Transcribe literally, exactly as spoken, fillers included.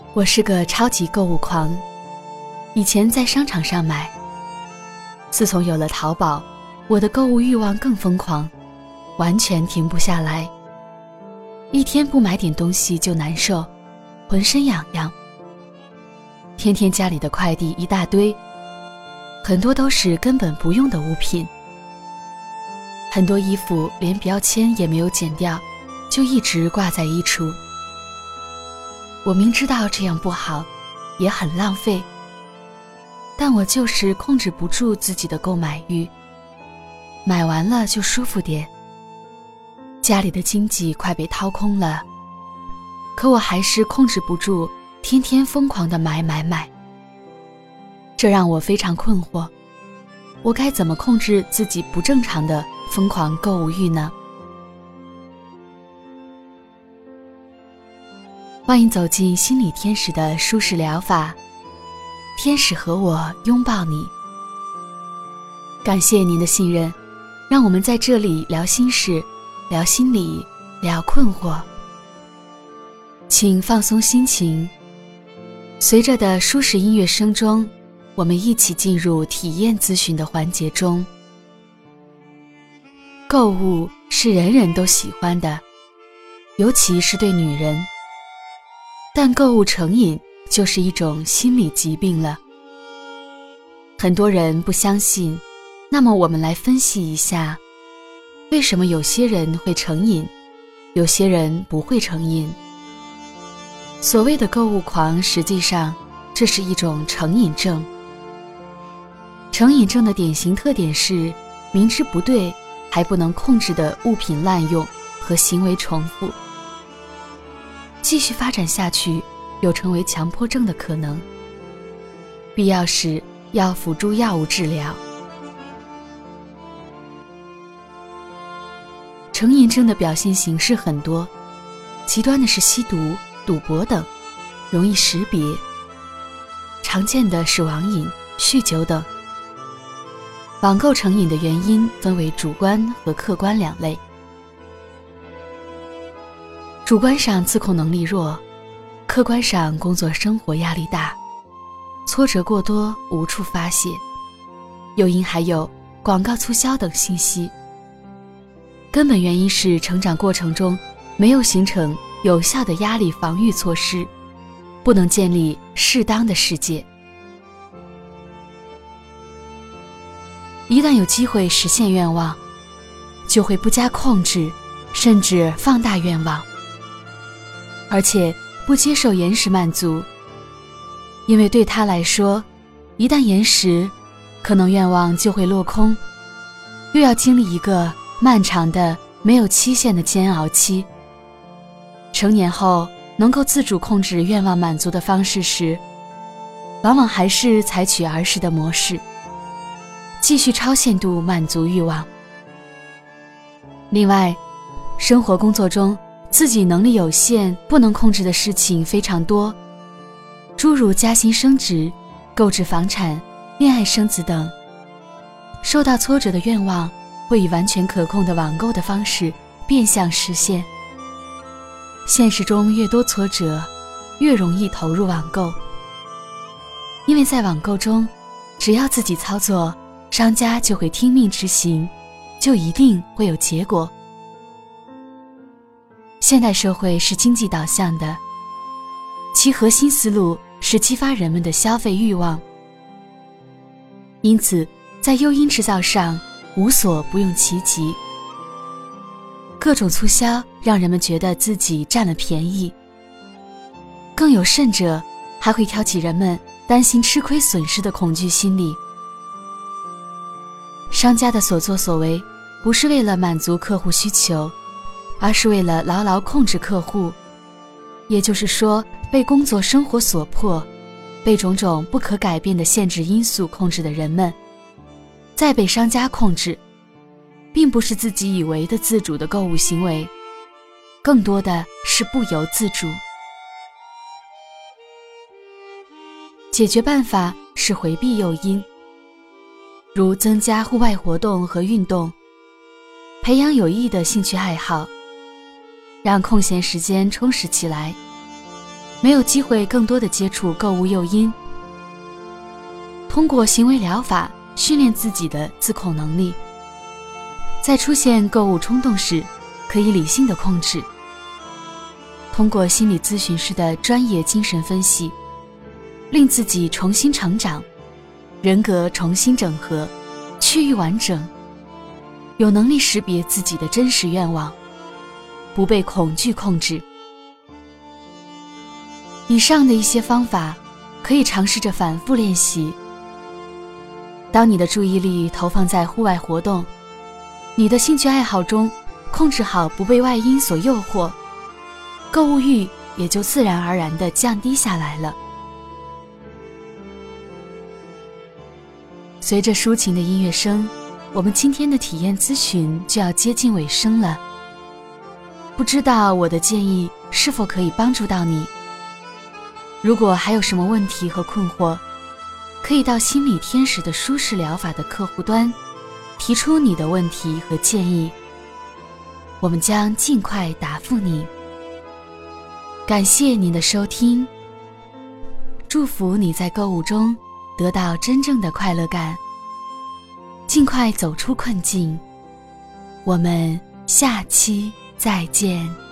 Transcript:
我是个超级购物狂，以前在商场上买，自从有了淘宝，我的购物欲望更疯狂，完全停不下来。一天不买点东西就难受，浑身痒痒。天天家里的快递一大堆，很多都是根本不用的物品。很多衣服连标签也没有剪掉，就一直挂在衣橱。我明知道这样不好，也很浪费，但我就是控制不住自己的购买欲，买完了就舒服点。家里的经济快被掏空了，可我还是控制不住，天天疯狂地买买买。这让我非常困惑，我该怎么控制自己不正常的疯狂购物欲呢？欢迎走进心理天使的舒适疗法，天使和我拥抱你。感谢您的信任，让我们在这里聊心事，聊心理，聊困惑。请放松心情，随着的舒适音乐声中，我们一起进入体验咨询的环节中。购物是人人都喜欢的，尤其是对女人。但购物成瘾就是一种心理疾病了。很多人不相信，那么我们来分析一下，为什么有些人会成瘾，有些人不会成瘾。所谓的购物狂，实际上这是一种成瘾症。成瘾症的典型特点是明知不对还不能控制的物品滥用和行为重复。继续发展下去，有成为强迫症的可能，必要时要辅助药物治疗。成瘾症的表现形式很多，极端的是吸毒、赌博等，容易识别；常见的是网瘾、酗酒等。网购成瘾的原因分为主观和客观两类。主观上自控能力弱，客观上工作生活压力大，挫折过多无处发泄，诱因还有广告促销等信息。根本原因是成长过程中没有形成有效的压力防御措施，不能建立适当的世界。一旦有机会实现愿望，就会不加控制，甚至放大愿望，而且不接受延时满足，因为对他来说，一旦延时，可能愿望就会落空，又要经历一个漫长的没有期限的煎熬期。成年后能够自主控制愿望满足的方式时，往往还是采取儿时的模式，继续超限度满足欲望。另外，生活工作中自己能力有限，不能控制的事情非常多，诸如加薪升职、购置房产、恋爱生子等。受到挫折的愿望会以完全可控的网购的方式变相实现。现实中越多挫折，越容易投入网购，因为在网购中，只要自己操作，商家就会听命执行，就一定会有结果。现代社会是经济导向的，其核心思路是激发人们的消费欲望，因此在诱因制造上无所不用其极。各种促销让人们觉得自己占了便宜，更有甚者还会挑起人们担心吃亏损失的恐惧心理。商家的所作所为不是为了满足客户需求，而是为了牢牢控制客户，也就是说，被工作生活所迫，被种种不可改变的限制因素控制的人们，再被商家控制，并不是自己以为的自主的购物行为，更多的是不由自主。解决办法是回避诱因，如增加户外活动和运动，培养有益的兴趣爱好，让空闲时间充实起来， 没有机会更多的接触购物诱因。通过行为疗法训练自己的自控能力，在出现购物冲动时可以理性的控制。通过心理咨询师的专业精神分析，令自己重新成长，人格重新整合，趋于完整，有能力识别自己的真实愿望，不被恐惧控制。以上的一些方法可以尝试着反复练习。当你的注意力投放在户外活动，你的兴趣爱好中，控制好不被外因所诱惑，购物欲也就自然而然地降低下来了。随着抒情的音乐声，我们今天的体验咨询就要接近尾声了。不知道我的建议是否可以帮助到你？如果还有什么问题和困惑，可以到心理天使的舒适疗法的客户端提出你的问题和建议，我们将尽快答复你。感谢您的收听，祝福你在购物中得到真正的快乐感，尽快走出困境。我们下期再见。